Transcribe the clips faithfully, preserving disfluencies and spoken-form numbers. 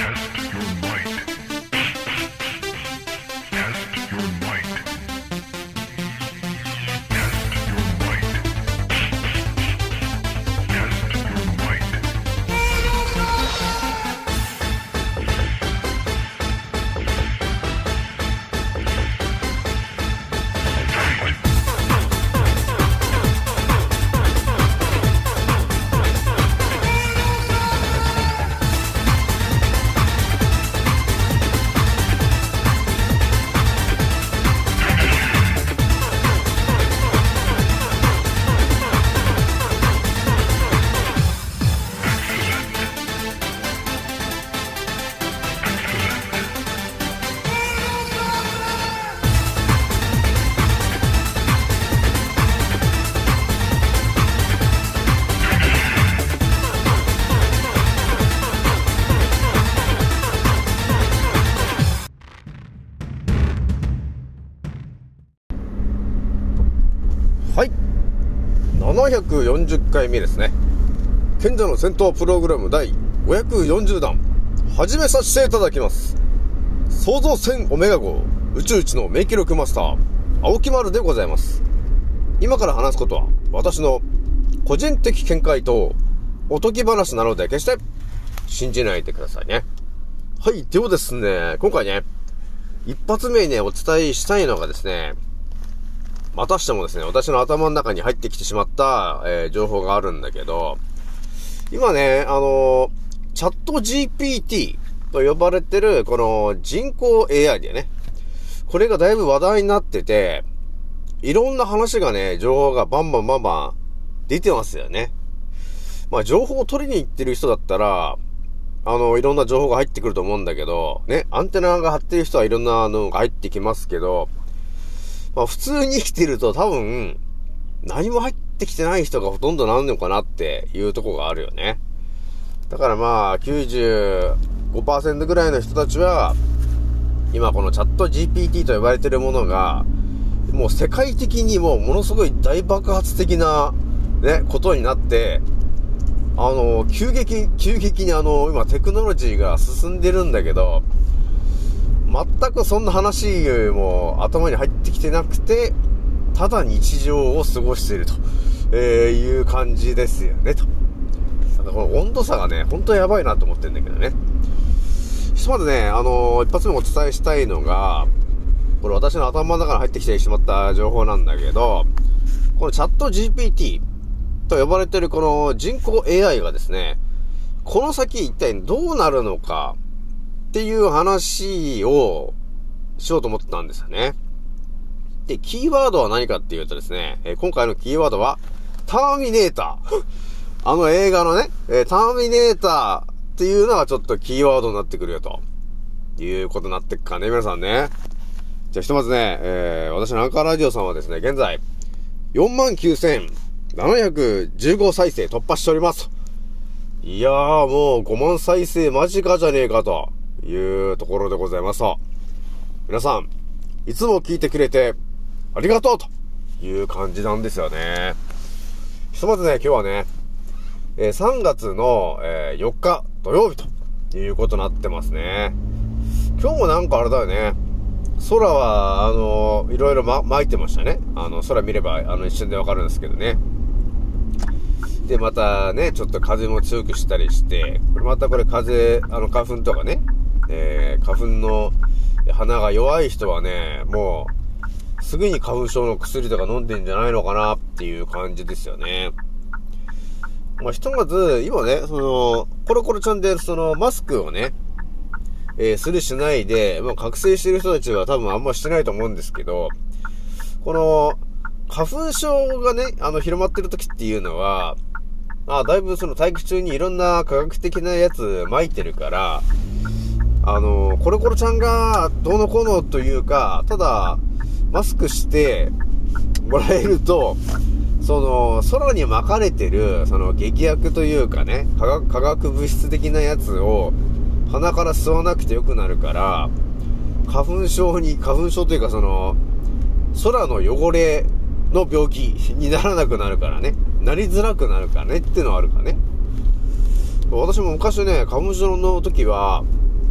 はい、ななひゃくよんじゅっかいめですね。賢者の戦闘プログラム第ごひゃくよんじゅうだん始めさせていただきます。創造船オメガ号宇宙一の名記録マスター青木丸でございます。今から話すことは私の個人的見解とおとぎ話なので決して信じないでくださいね。はい、ではですね、今回ね一発目にねお伝えしたいのがですね、またしてもですね、私の頭の中に入ってきてしまった、えー、情報があるんだけど、今ね、あのー、チャット ジーピーティー と呼ばれてる、この人工 エーアイ でね、これがだいぶ話題になってて、いろんな話がね、情報がバンバンバンバン出てますよね。まあ、情報を取りに行ってる人だったら、あの、いろんな情報が入ってくると思うんだけど、ね、アンテナが張ってる人はいろんなのが入ってきますけど、まあ普通に生きてると多分何も入ってきてない人がほとんどなのかなっていうところがあるよね。だからまあ きゅうじゅうごパーセント ぐらいの人たちは今このチャット ジーピーティー と呼ばれているものがもう世界的にもうものすごい大爆発的なねことになって、あの急激急激にあの今テクノロジーが進んでるんだけど、全くそんな話も頭に入ってきてなくて、ただ日常を過ごしていると、えー、いう感じですよねと。だからこの温度差がね、本当にやばいなと思ってるんだけどね。ひとまずね、あのー、一発目お伝えしたいのが、これ私の頭の中に入ってきてしまった情報なんだけど、このチャット ジーピーティー と呼ばれているこの人工 エーアイ がですね、この先一体どうなるのか、っていう話をしようと思ってたんですよね。で、キーワードは何かっていうとですね、えー、今回のキーワードはターミネーター。あの映画のね、えー、ターミネーターっていうのがちょっとキーワードになってくるよということになってくかね、皆さんね。じゃあひとまずね、えー、私のアンカーラジオさんはですね、現在 よんまんきゅうせんななひゃくじゅうご 再生突破しております。いやーもうごまん再生間近じゃねえかというところでございますと。皆さん、いつも聞いてくれてありがとうという感じなんですよね。ひとまずね、今日はね、えー、さんがつの、えー、よっか土曜日ということになってますね。今日もなんかあれだよね。空は、あのー、いろいろ、ま、巻いてましたね。あの、空見れば、あの、一瞬でわかるんですけどね。で、またね、ちょっと風も強くしたりして、これまたこれ風、あの、花粉とかね、えー、花粉の鼻が弱い人はね、もう、すぐに花粉症の薬とか飲んでんじゃないのかなっていう感じですよね。まあ、ひとまず、今ね、その、コロコロちゃんで、その、マスクをね、えー、するしないで、まあ、覚醒してる人たちは多分あんましてないと思うんですけど、この、花粉症がね、あの、広まってる時っていうのは、あ、だいぶその体育中にいろんな科学的なやつ撒いてるから、あの、コロコロちゃんがどうのこうのというか、ただ、マスクしてもらえると、その、空に撒かれてる、その、劇薬というかね、化学、化学物質的なやつを、鼻から吸わなくてよくなるから、花粉症に、花粉症というかその、空の汚れの病気にならなくなるからね、なりづらくなるからねっていうのはあるからね。私も昔ね、花粉症の時は、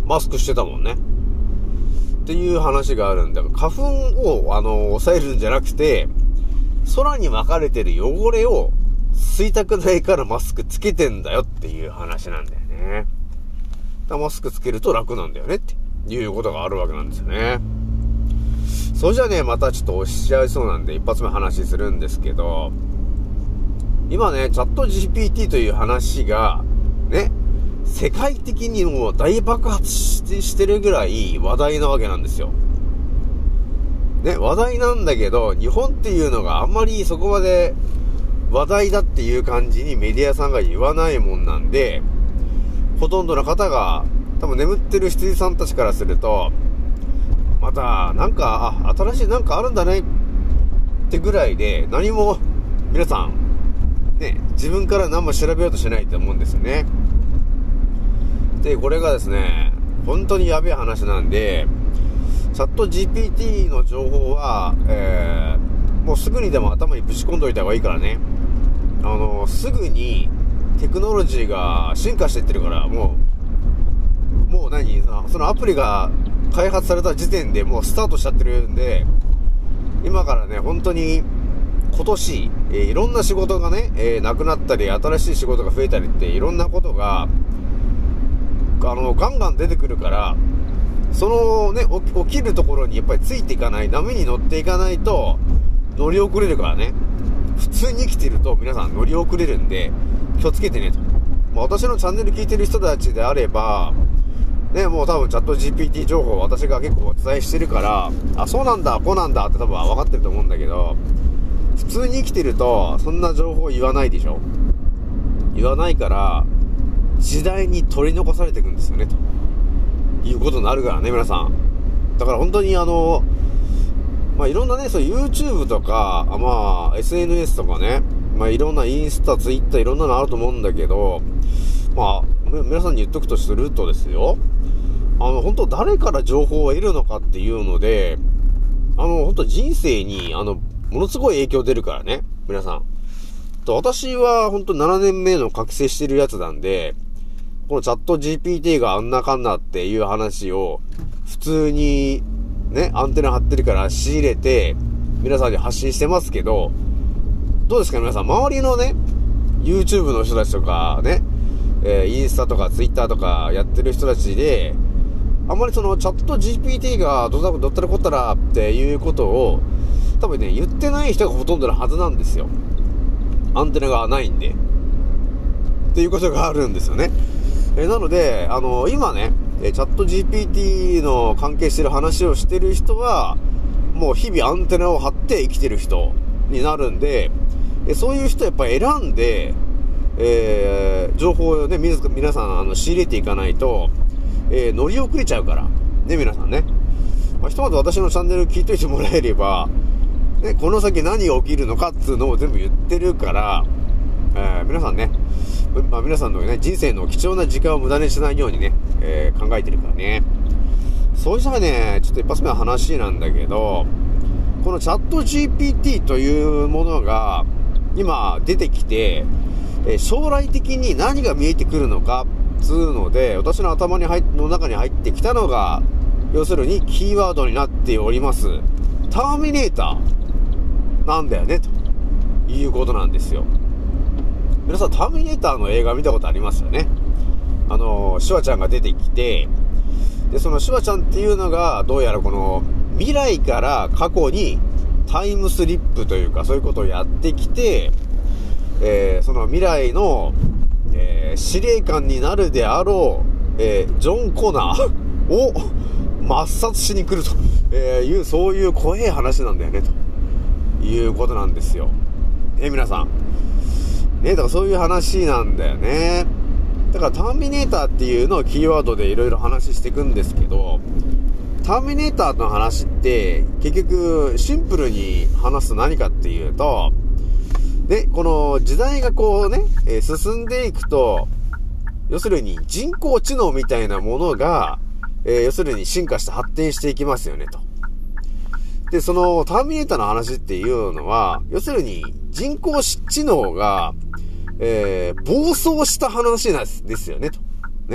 マスクしてたもんね。っていう話があるんだ。花粉を、あの、抑えるんじゃなくて、空に巻かれてる汚れを吸いたくないからマスクつけてんだよっていう話なんだよね。だマスクつけると楽なんだよねっていうことがあるわけなんですよね。それじゃね、またちょっと押しちゃいそうなんで一発目話するんですけど、今ね、チャット ジーピーティー という話が、ね、世界的にもう大爆発してるぐらい話題なわけなんですよ。ね、話題なんだけど、日本っていうのがあんまりそこまで話題だっていう感じにメディアさんが言わないもんなんで、ほとんどの方が、多分眠ってる羊さんたちからすると、また、なんか、あ、新しいなんかあるんだねってぐらいで、何も、皆さん、ね、自分から何も調べようとしないと思うんですよね。で、これがですね、本当にやべえ話なんで、チャット ジーピーティー の情報は、えー、もうすぐにでも頭にぶち込んどいた方がいいからね。あの、すぐにテクノロジーが進化していってるから、もう、もう何、そのアプリが開発された時点でもうスタートしちゃってるんで、今からね、本当に今年、えー、いろんな仕事がね、えー、なくなったり、新しい仕事が増えたりって、いろんなことが、あの、ガンガン出てくるから、そのね、起きるところにやっぱりついていかない、波に乗っていかないと、乗り遅れるからね。普通に生きてると皆さん乗り遅れるんで、気をつけてねと。まあ、私のチャンネル聞いてる人たちであれば、ね、もう多分チャット ジーピーティー 情報を私が結構お伝えしてるから、あ、そうなんだ、こうなんだって多分分かってると思うんだけど、普通に生きてると、そんな情報言わないでしょ。言わないから、時代に取り残されていくんですよね、ということになるからね、皆さん。だから本当にあの、まあ、いろんなね、そう YouTube とか、まあ、エスエヌエス とかね、まあ、いろんなインスタ、ツイッター、いろんなのあると思うんだけど、まあ、皆さんに言っとくとするとですよ、あの、本当誰から情報を得るのかっていうので、あの、本当人生に、あの、ものすごい影響出るからね、皆さん。と私は本当ななねんめの覚醒してるやつなんで、このチャット ジーピーティー があんなかんなっていう話を、普通に、ね、アンテナ張ってるから仕入れて、皆さんに発信してますけど、どうですか皆さん、周りのね、YouTube の人たちとかね、えー、インスタとか Twitter とかやってる人たちで、あんまりそのチャット ジーピーティー がどだどったらこったらっていうことを、多分ね、言ってない人がほとんどのはずなんですよ。アンテナがないんで。っていうことがあるんですよね。えー、なので、あのー、今ね、チャット ジーピーティー の関係してる話をしてる人は、もう日々アンテナを張って生きてる人になるんで、えそういう人やっぱ選んで、えー、情報をね、皆さんあの仕入れていかないと、えー、乗り遅れちゃうから。ね、皆さんね。まあ、ひとまず私のチャンネル聞いといてもらえれば、ね、この先何が起きるのかっていうのを全部言ってるから、えー、皆さんね、まあ、皆さんのね、人生の貴重な時間を無駄にしないようにね、えー、考えてるからね。そうしたらね、ちょっと一発目の話なんだけど、このチャット ジーピーティー というものが今出てきて、えー、将来的に何が見えてくるのかつうので、私の頭に入の中に入ってきたのが、要するにキーワードになっておりますターミネーターなんだよねということなんですよ。皆さんターミネーターの映画見たことありますよね。あのシュワちゃんが出てきて、でそのシュワちゃんっていうのがどうやらこの未来から過去にタイムスリップというかそういうことをやってきて、えー、その未来の、えー、司令官になるであろう、えー、ジョン・コナーを抹殺しに来るという、そういう怖い話なんだよねということなんですよ。えー、皆さんね、だからそういう話なんだよね。だからターミネーターっていうのをキーワードでいろいろ話していくんですけど、ターミネーターの話って結局シンプルに話すと何かっていうと、でこの時代がこうね、えー、進んでいくと、要するに人工知能みたいなものが、えー、要するに進化して発展していきますよねと。でそのターミネーターの話っていうのは、要するに人工知能が、えー、暴走した話なんですよねとね。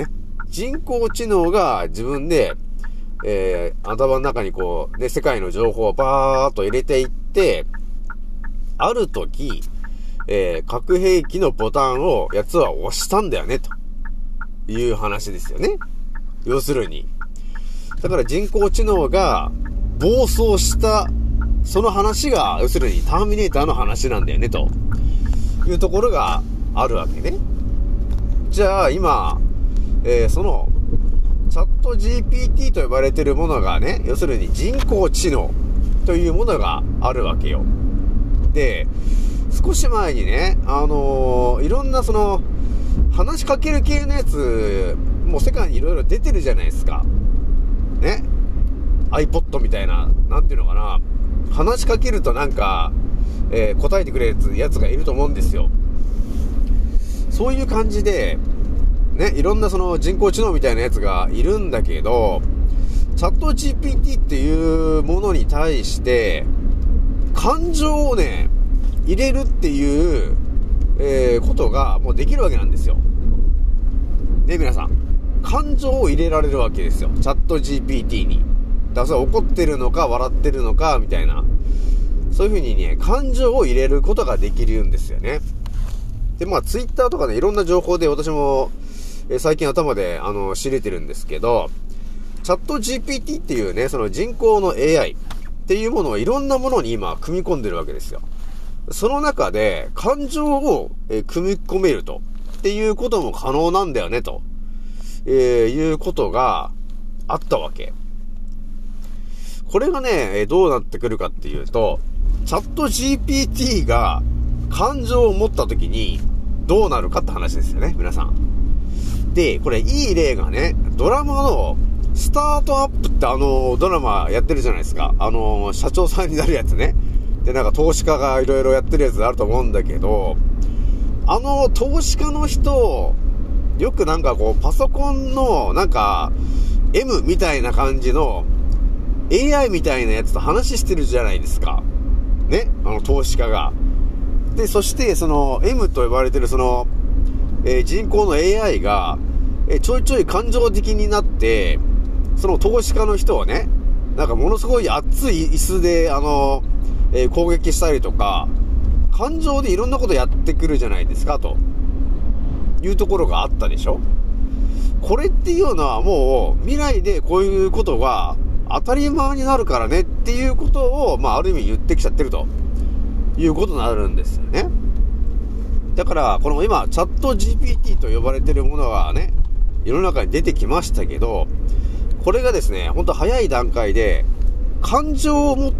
人工知能が自分で、えー、頭の中にこう、ね、世界の情報をバーっと入れていって、ある時、えー、核兵器のボタンを奴は押したんだよね、という話ですよね。要するに。だから人工知能が暴走したその話が、要するにターミネーターの話なんだよね、というところがあるわけね。じゃあ今、えー、そのチャット ジーピーティー と呼ばれているものがね、要するに人工知能というものがあるわけよ。で、少し前にね、あのー、いろんなその話しかける系のやつもう世界にいろいろ出てるじゃないですかね。 iPod みたいな、なんていうのかな、話しかけるとなんか、えー、答えてくれるやつがいると思うんですよ。そういう感じでね、いろんなその人工知能みたいなやつがいるんだけど、チャット ジーピーティー っていうものに対して感情をね入れるっていう、えー、ことがもうできるわけなんですよね。皆さん、感情を入れられるわけですよ、チャット ジーピーティー に。だから怒ってるのか笑ってるのかみたいな、そういう風にね、感情を入れることができるんですよね。で、まあツイッターとかね、いろんな情報で私も、えー、最近頭であの知れてるんですけど、チャット ジーピーティー っていうね、その人工の エーアイ っていうものをいろんなものに今組み込んでるわけですよ。その中で感情を、えー、組み込めるとっていうことも可能なんだよねと、えー、いうことがあったわけ。これがね、どうなってくるかっていうと、チャット ジーピーティー が感情を持った時にどうなるかって話ですよね、皆さん。で、これいい例がね、ドラマのスタートアップってあのドラマやってるじゃないですか。あの社長さんになるやつね。で、なんか投資家がいろいろやってるやつあると思うんだけど、あの投資家の人、よくなんかこうパソコンのなんか M みたいな感じの エーアイ みたいなやつと話してるじゃないですか。ね、あの投資家が。で、そしてその M と呼ばれてるその、えー、人工の エーアイ が、えー、ちょいちょい感情的になって、その投資家の人をね、なんかものすごい熱い椅子であの、えー、攻撃したりとか、感情でいろんなことやってくるじゃないですかというところがあったでしょ。これっていうのはもう未来でこういうことが当たり前になるからねっていうことを、まあある意味言ってきちゃってるということになるんですよね。だからこの今チャット ジーピーティー と呼ばれているものがね、世の中に出てきましたけど、これがですね、本当早い段階で感情を持った、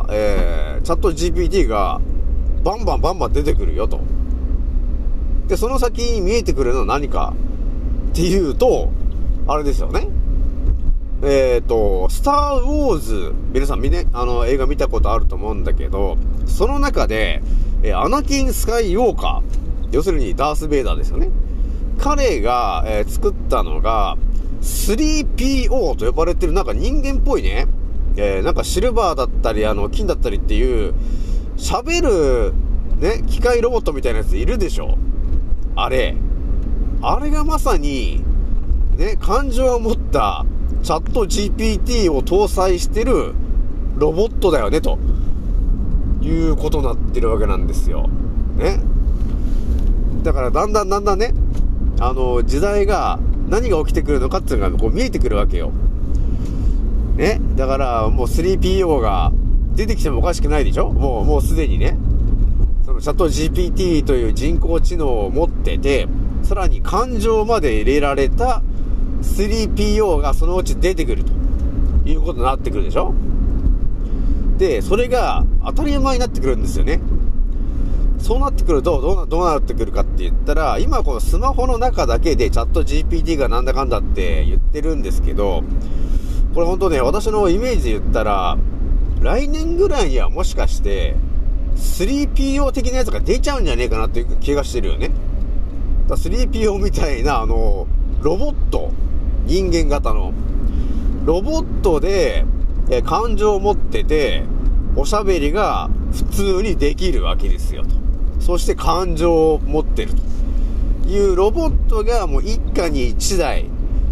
えー、チャット ジーピーティー がバンバンバンバン出てくるよと。で、その先に見えてくるのは何かっていうと、あれですよね。えっと、スター・ウォーズ、皆さんみね、あの、映画見たことあると思うんだけど、その中で、えー、アナキン・スカイ・ウォーカー、要するにダース・ベイダーですよね。彼が、えー、作ったのが、スリーピーオー と呼ばれてるなんか人間っぽいね、えー、なんかシルバーだったり、あの、金だったりっていう、喋る、ね、機械ロボットみたいなやついるでしょ。あれ。あれがまさに、ね、感情を持ったチャット ジーピーティー を搭載してるロボットだよね、ということになってるわけなんですよ。ね。だからだんだんだんだんね、あの、時代が、何が起きてくるのかっていうのがこう見えてくるわけよ。ね。だからもう スリーピーオー が出てきてもおかしくないでしょ。もう、もうすでにね。そのチャット ジーピーティー という人工知能を持ってて、さらに感情まで入れられた スリーピーオー がそのうち出てくるということになってくるでしょ。で、それが当たり前になってくるんですよね。そうなってくるとどうな、どうなってくるかって言ったら、今このスマホの中だけでチャット ジーピーティー がなんだかんだって言ってるんですけど、これ本当ね、私のイメージで言ったら、来年ぐらいにはもしかして スリーピーオー 的なやつが出ちゃうんじゃねえかなっていう気がしてるよね。だ スリーピーオー みたいなあのロボット、人間型のロボットでえ感情を持ってて、おしゃべりが普通にできるわけですよと。そして感情を持ってるというロボットがもう一家に一台、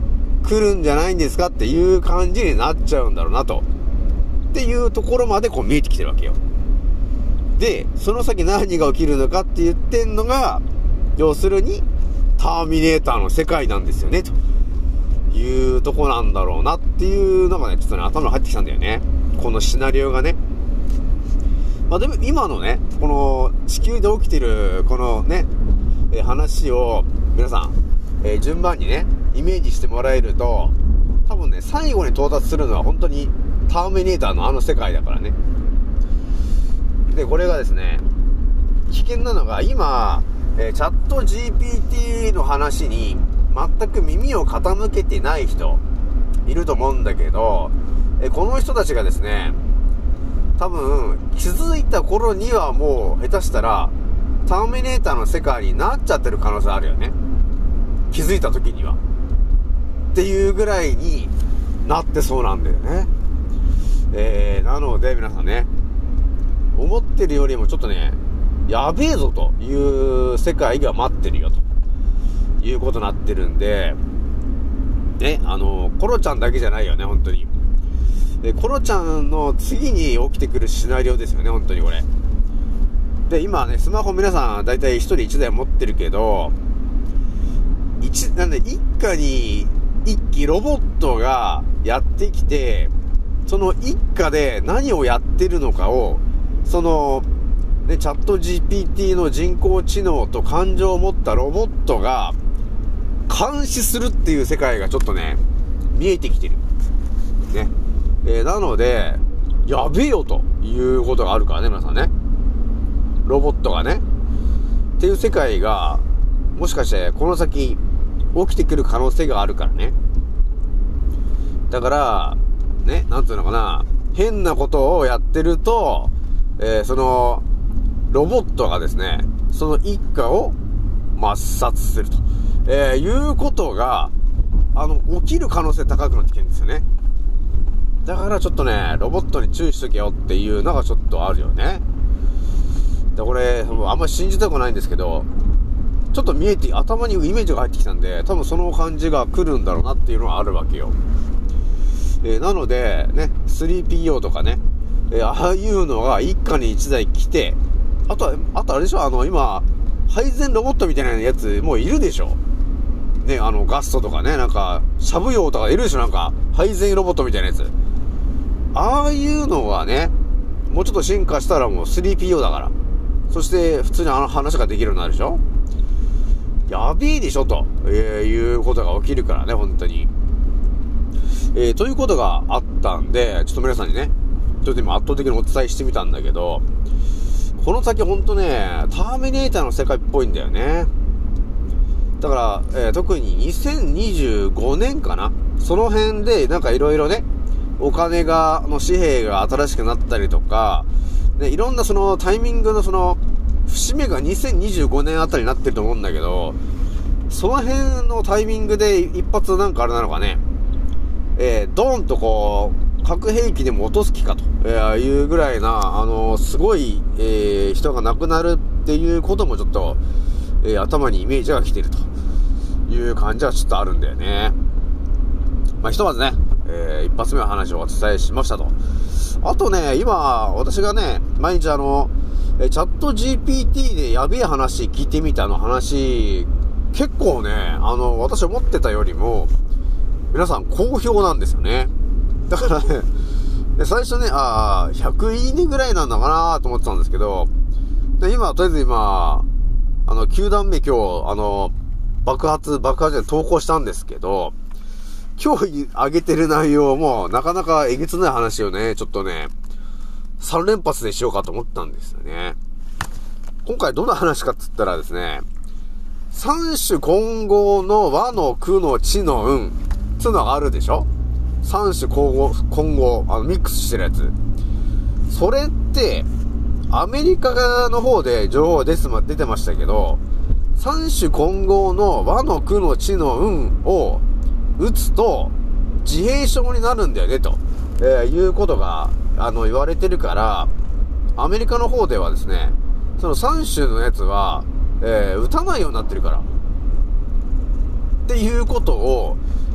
来るんじゃないんですかっていう感じになっちゃうんだろうなと。っていうところまでこう見えてきてるわけよ。で、その先何が起きるのかって言ってんのが、要するに、ターミネーターの世界なんですよね、というとこなんだろうなっていうのがね、ちょっとね、頭に入ってきたんだよね。このシナリオがね。まあでも今のね、この地球で起きてるこのね、えー、話を皆さん、えー、順番にね、イメージしてもらえると、多分ね、最後に到達するのは本当にターミネーターのあの世界だからね。で、これがですね、危険なのが今、えー、チャット ジーピーティー の話に全く耳を傾けてない人いると思うんだけど、えー、この人たちがですね、多分気づいた頃にはもう下手したらターミネーターの世界になっちゃってる可能性あるよね。気づいた時にはっていうぐらいになってそうなんだよね。えー、なので皆さんね、思ってるよりもちょっとね、やべえぞという世界が待ってるよということになってるんでね、あのコロちゃんだけじゃないよね、本当に。で、コロちゃんの次に起きてくるシナリオですよね、本当にこれ。で、今ね、スマホ皆さんだいたいひとりいちだい持ってるけど、一なんで一家に一機ロボットがやってきて、その一家で何をやってるのかを、そのね、チャット ジーピーティー の人工知能と感情を持ったロボットが監視するっていう世界がちょっとね、見えてきてるね。えー、なのでやべえよということがあるからね、皆さんね。ロボットがねっていう世界がもしかしてこの先起きてくる可能性があるからね。だからね、なんていうのかな、変なことをやってると、えー、そのロボットがですね、その一家を抹殺すると、えー、いうことがあの起きる可能性高くなってきてるんですよね。だからちょっとね、ロボットに注意しとけよっていうのがちょっとあるよね。で、これあんまり信じたくないんですけど、ちょっと見えて頭にイメージが入ってきたんで、多分その感じが来るんだろうなっていうのはあるわけよ。えー、なのでね、スリーピーオー とかね、えー、ああいうのが一家に一台来て、あとはあとあれでしょ、あの今配膳ロボットみたいなやつもういるでしょね。あのガストとかね、なんかしゃぶ用とかいるでしょ、なんか配膳ロボットみたいなやつ。ああいうのはね、もうちょっと進化したらもう スリーピーオー だから、そして普通にあの話ができるようになるでしょ。やべえでしょと、えー、いうことが起きるからね、本当に。えー、ということがあったんで、ちょっと皆さんにね、ちょっと今圧倒的にお伝えしてみたんだけど、この先ほんとね、ターミネーターの世界っぽいんだよね。だから、えー、特ににせんにじゅうごねんかな、その辺でなんかいろいろね、お金がの紙幣が新しくなったりとか、ね、いろんなそのタイミングのその節目がにせんにじゅうごねんあたりになってると思うんだけど、その辺のタイミングで一発なんかあれなのかね、えー、ドーンとこう核兵器でも落とす気かと、えー、いうぐらいな、あのー、すごい、えー、人が亡くなるっていうこともちょっと、えー、頭にイメージが来てるという感じはちょっとあるんだよね。まあ、ひとまずね、えー、一発目の話をお伝えしましたと。あとね、今私がね、毎日あのチャット ジーピーティー でやべえ話聞いてみたの話、結構ね、あの私思ってたよりも皆さん好評なんですよね。だからね、最初ね、あーひゃくいいねぐらいなんだかなと思ってたんですけど、で今とりあえず今あのきゅうだんめ今日あの爆発爆発で投稿したんですけど、今日上げてる内容もなかなかえげつない話をね、ちょっとねさん連発でしようかと思ったんですよね。今回どんな話かっつったらですね、三種混合の和の空の地の運つうのがあるでしょ。三種混合混合あのミックスしてるやつ、それってアメリカの方で情報ですま出てましたけど、三種混合の和の空の地の運を打つと自閉症になるんだよねと、えー、いうことがあの言われてるから、アメリカの方ではですね、そのさん種のやつは、えー、打たないようになってるからっていうことを、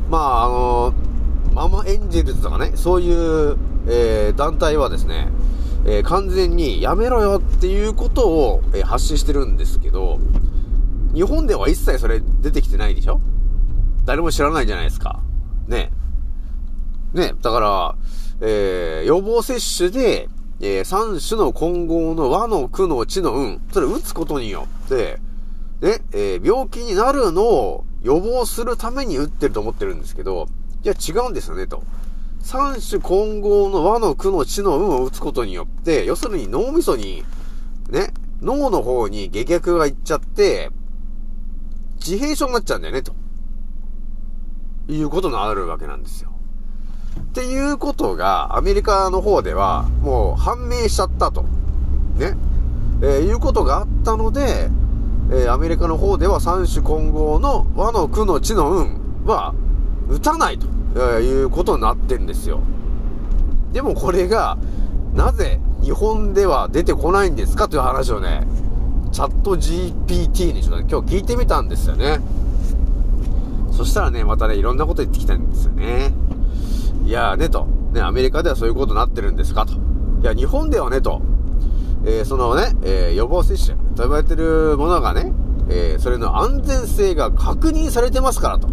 まああのママエンジェルズとかね、そういう、えー、団体はですね、えー、完全にやめろよっていうことを、えー、発信してるんですけど、日本では一切それ出てきてないでしょ。誰も知らないじゃないですか。ね。ね。だから、えー、予防接種で、えー、三種の混合の和の苦の知の運、それを打つことによって、ね、えー、病気になるのを予防するために打ってると思ってるんですけど、いや違うんですよね、と。三種混合の和の苦の知の運を打つことによって、要するに脳みそに、ね、脳の方に下逆がいっちゃって、自閉症になっちゃうんだよね、ということになるわけなんですよ。っていうことがアメリカの方ではもう判明しちゃったとね、えー、いうことがあったので、えー、アメリカの方では三種混合の和の苦の知の運は打たないと、えー、いうことになってるんですよ。でもこれがなぜ日本では出てこないんですかという話をね、チャット ジーピーティー にちょっと今日聞いてみたんですよね。そしたらね、またね、いろんなこと言ってきたんですよね。いやーねと、ね、アメリカではそういうことになってるんですかと。いや、日本ではねと、えー、そのね、えー、予防接種と呼ばれてるものがね、えー、それの安全性が確認されてますからと。うん。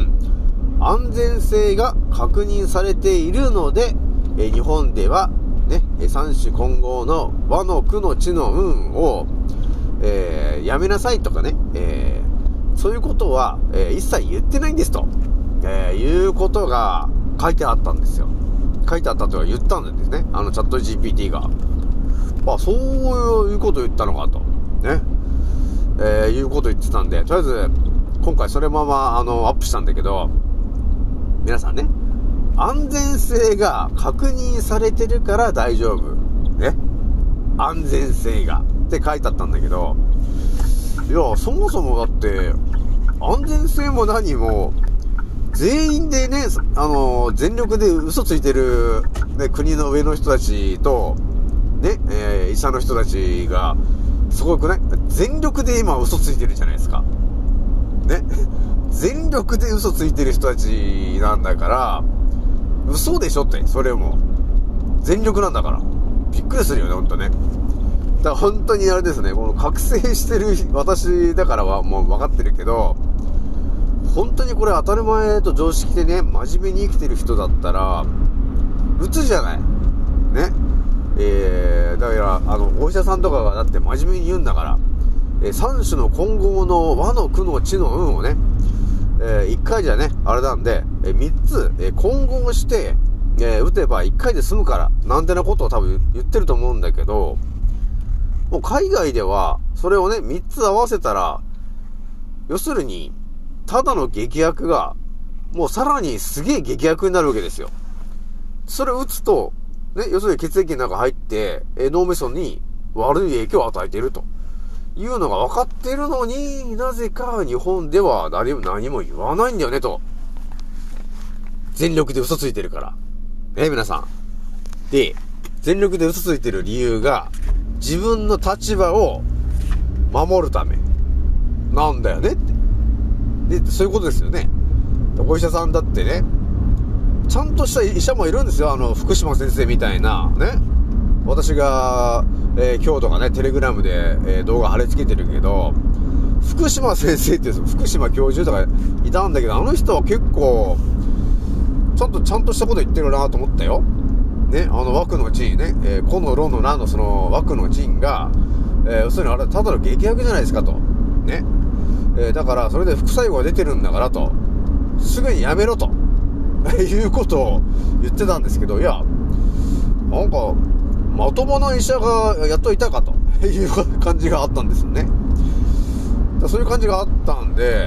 安全性が確認されているので、えー、日本ではね、三種混合の和の苦の知の運を、えー、やめなさいとかね、えー、そういうことは、えー、一切言ってないんですと、えー、いうことが書いてあったんですよ。書いてあったとは言ったんですね。あのチャット ジーピーティー が。まあそういうことを言ったのかと。ね。えー、いうことを言ってたんで、とりあえず、今回それまま、あの、アップしたんだけど、皆さんね、安全性が確認されてるから大丈夫。ね。安全性が。って書いてあったんだけど、いや、そもそもだって、安全性も何も、全員でね、あの、全力で嘘ついてる、ね、国の上の人たちと、ね、えー、医者の人たちが、すごくね、全力で今嘘ついてるじゃないですか。ね。全力で嘘ついてる人たちなんだから、嘘でしょって、それも。全力なんだから。びっくりするよね、ほんとね。だから本当にあれですね、この覚醒してる私だからはもう分かってるけど、本当にこれ当たり前と常識でね、真面目に生きてる人だったら、打つじゃない。ね。えー、だから、あの、お医者さんとかがだって真面目に言うんだから、えー、三種の混合の和の苦の知の運をね、えー、一回じゃね、あれなんで、えー、三つ、えー、混合して、えー、打てば一回で済むから、なんてなことを多分言ってると思うんだけど、もう海外では、それをね、三つ合わせたら、要するに、ただの劇薬が、もうさらにすげえ劇薬になるわけですよ。それを打つと、ね、要するに血液の中入って、え脳みそに悪い影響を与えているというのが分かっているのに、なぜか日本では何も何も言わないんだよねと。全力で嘘ついてるから。ね、皆さん。で、全力で嘘ついてる理由が、自分の立場を守るためなんだよねって。で、そういうことですよね。お医者さんだってね、ちゃんとした医者もいるんですよ。あの、福島先生みたいな、ね。私が、えー、今日とかね、テレグラムで、えー、動画貼り付けてるけど、福島先生って福島教授とかいたんだけど、あの人は結構、ちゃんと、ちゃんとしたこと言ってるなと思ったよ。ね、あの枠の陣ね、えー、このロのラのその枠の陣が、えー、要するにあれただの劇薬じゃないですかと。ね。えー、だからそれで副作用が出てるんだからと、すぐにやめろということを言ってたんですけど、いやなんかまともな医者がやっといたかという感じがあったんですよね。だそういう感じがあったんで、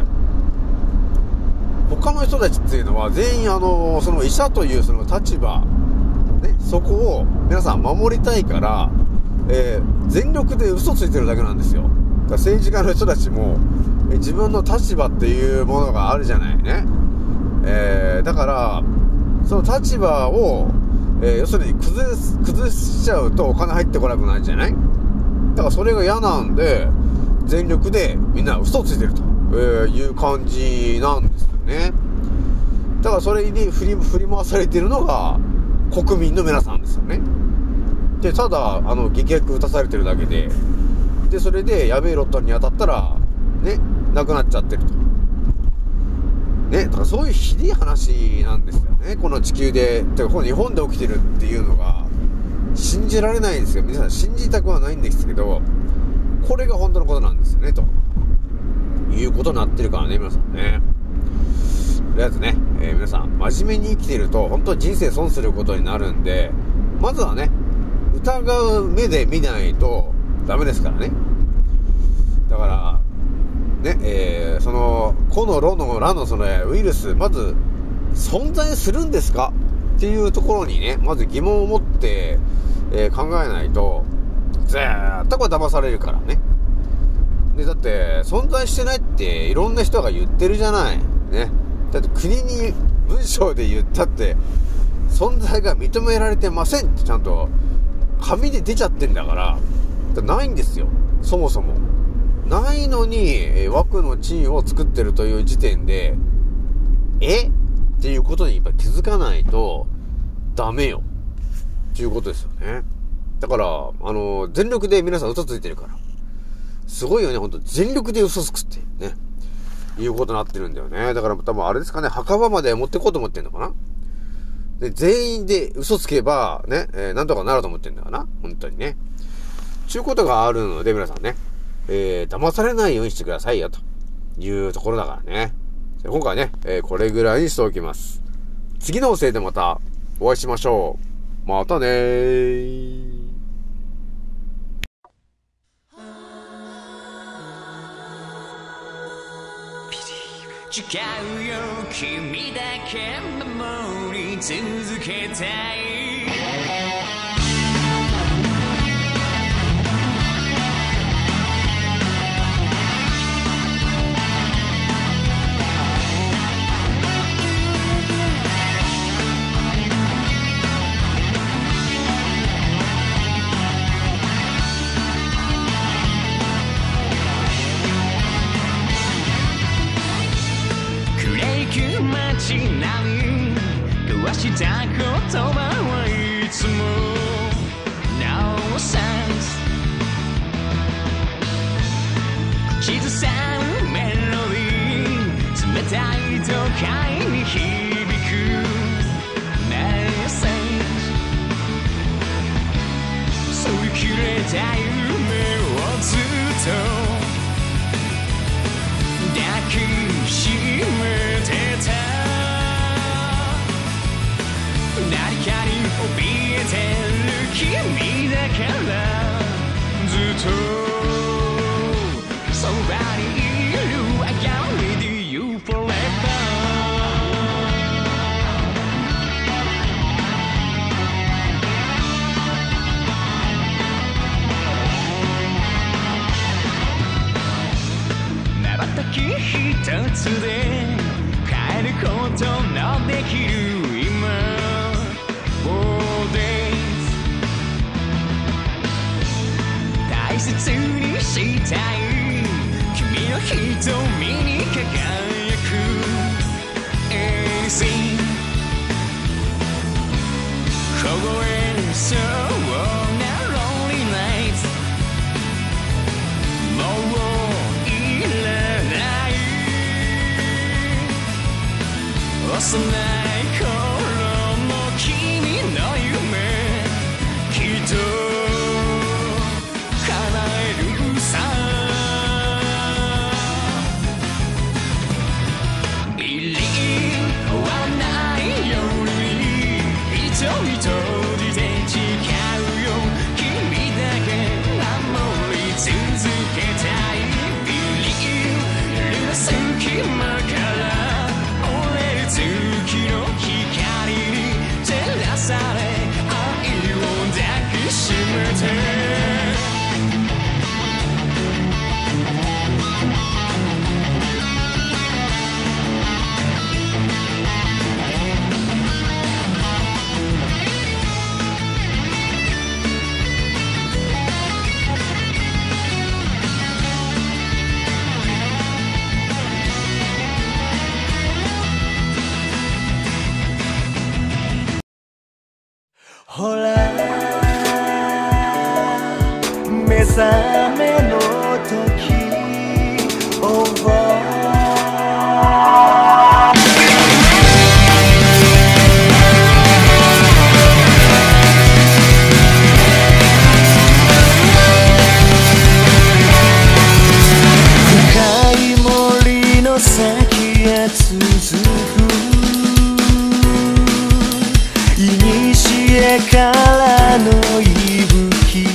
他の人たちっていうのは全員あのその医者というその立場、ね、そこを皆さん守りたいから、えー、全力で嘘ついてるだけなんですよ。だから政治家の人たちも自分の立場っていうものがあるじゃないね。えー、だからその立場を、えー、要するに崩す、崩しちゃうとお金入ってこなくなるじゃない。だからそれが嫌なんで全力でみんな嘘ついてると、えー、いう感じなんですよね。 だからそれに振り、振り回されているのが国民の皆さんですよね。で、ただ、あの、劇薬打たされてるだけで、で、それでやべえロットに当たったら、ね、亡くなっちゃってると。ね、だからそういうひでえ話なんですよね。この地球で、てかこの日本で起きてるっていうのが、信じられないんですよ。皆さん信じたくはないんですけど、これが本当のことなんですよね、ということになってるからね、皆さんね。とりあえずね、えー、皆さん、真面目に生きてると、本当に人生損することになるんで、まずはね、疑う目で見ないとダメですからね。だから、ね、えー、その、個のロのラのそのウイルス、まず、存在するんですかっていうところにね、まず疑問を持って、えー、考えないと、ずーっとこれ騙されるからね。で、だって、存在してないっていろんな人が言ってるじゃない。ね。だって国に文章で言ったって、存在が認められてませんってちゃんと、紙で出ちゃってんだから、だからないんですよ。そもそも。ないのに、えー、枠のチンを作ってるという時点で、えっていうことにやっぱ気づかないとダメよっていうことですよね。だから、あのー、全力で皆さん嘘ついてるから。すごいよね、ほんと。全力で嘘つくってね。いうことになってるんだよね。だから多分あれですかね、墓場まで持ってこうと思ってんのかな。で、全員で嘘つけば、ね、えー、なんとかなると思ってんだかな。本当にね。ちゅうことがあるので、皆さんね、えー、騙されないようにしてくださいよ、というところだからね。今回ね、えー、これぐらいにしておきます。次の音声でまたお会いしましょう。またねー。 違うよ君だけ守り続けたい街並み交わした言葉はいつも No sense 口ずさむメロディー冷たい都会に響く No sense そり切れた夢をずっと抱きしめてた何かに怯えてる君だからずっとそばにいる I got with you forever 瞬き一つで変えることのできる今 All days 大切にしたい君の瞳に輝く Anything 凍えそうな Lonely nights もういらない幼い頃の君の夢きっと叶えるさ Believe 終わらないように一人一人で誓う目覚めの時 Over先へ続く古からの息吹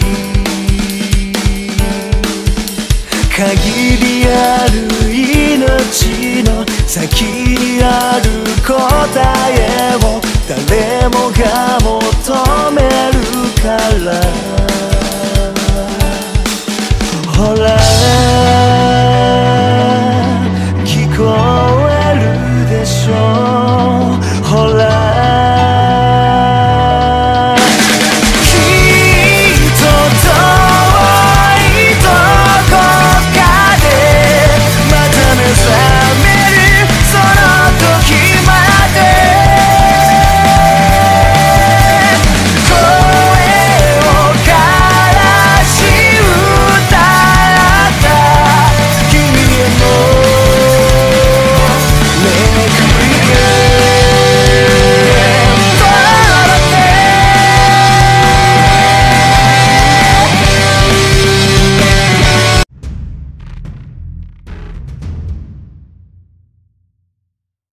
限りある命の先にある答えを誰もが求めるから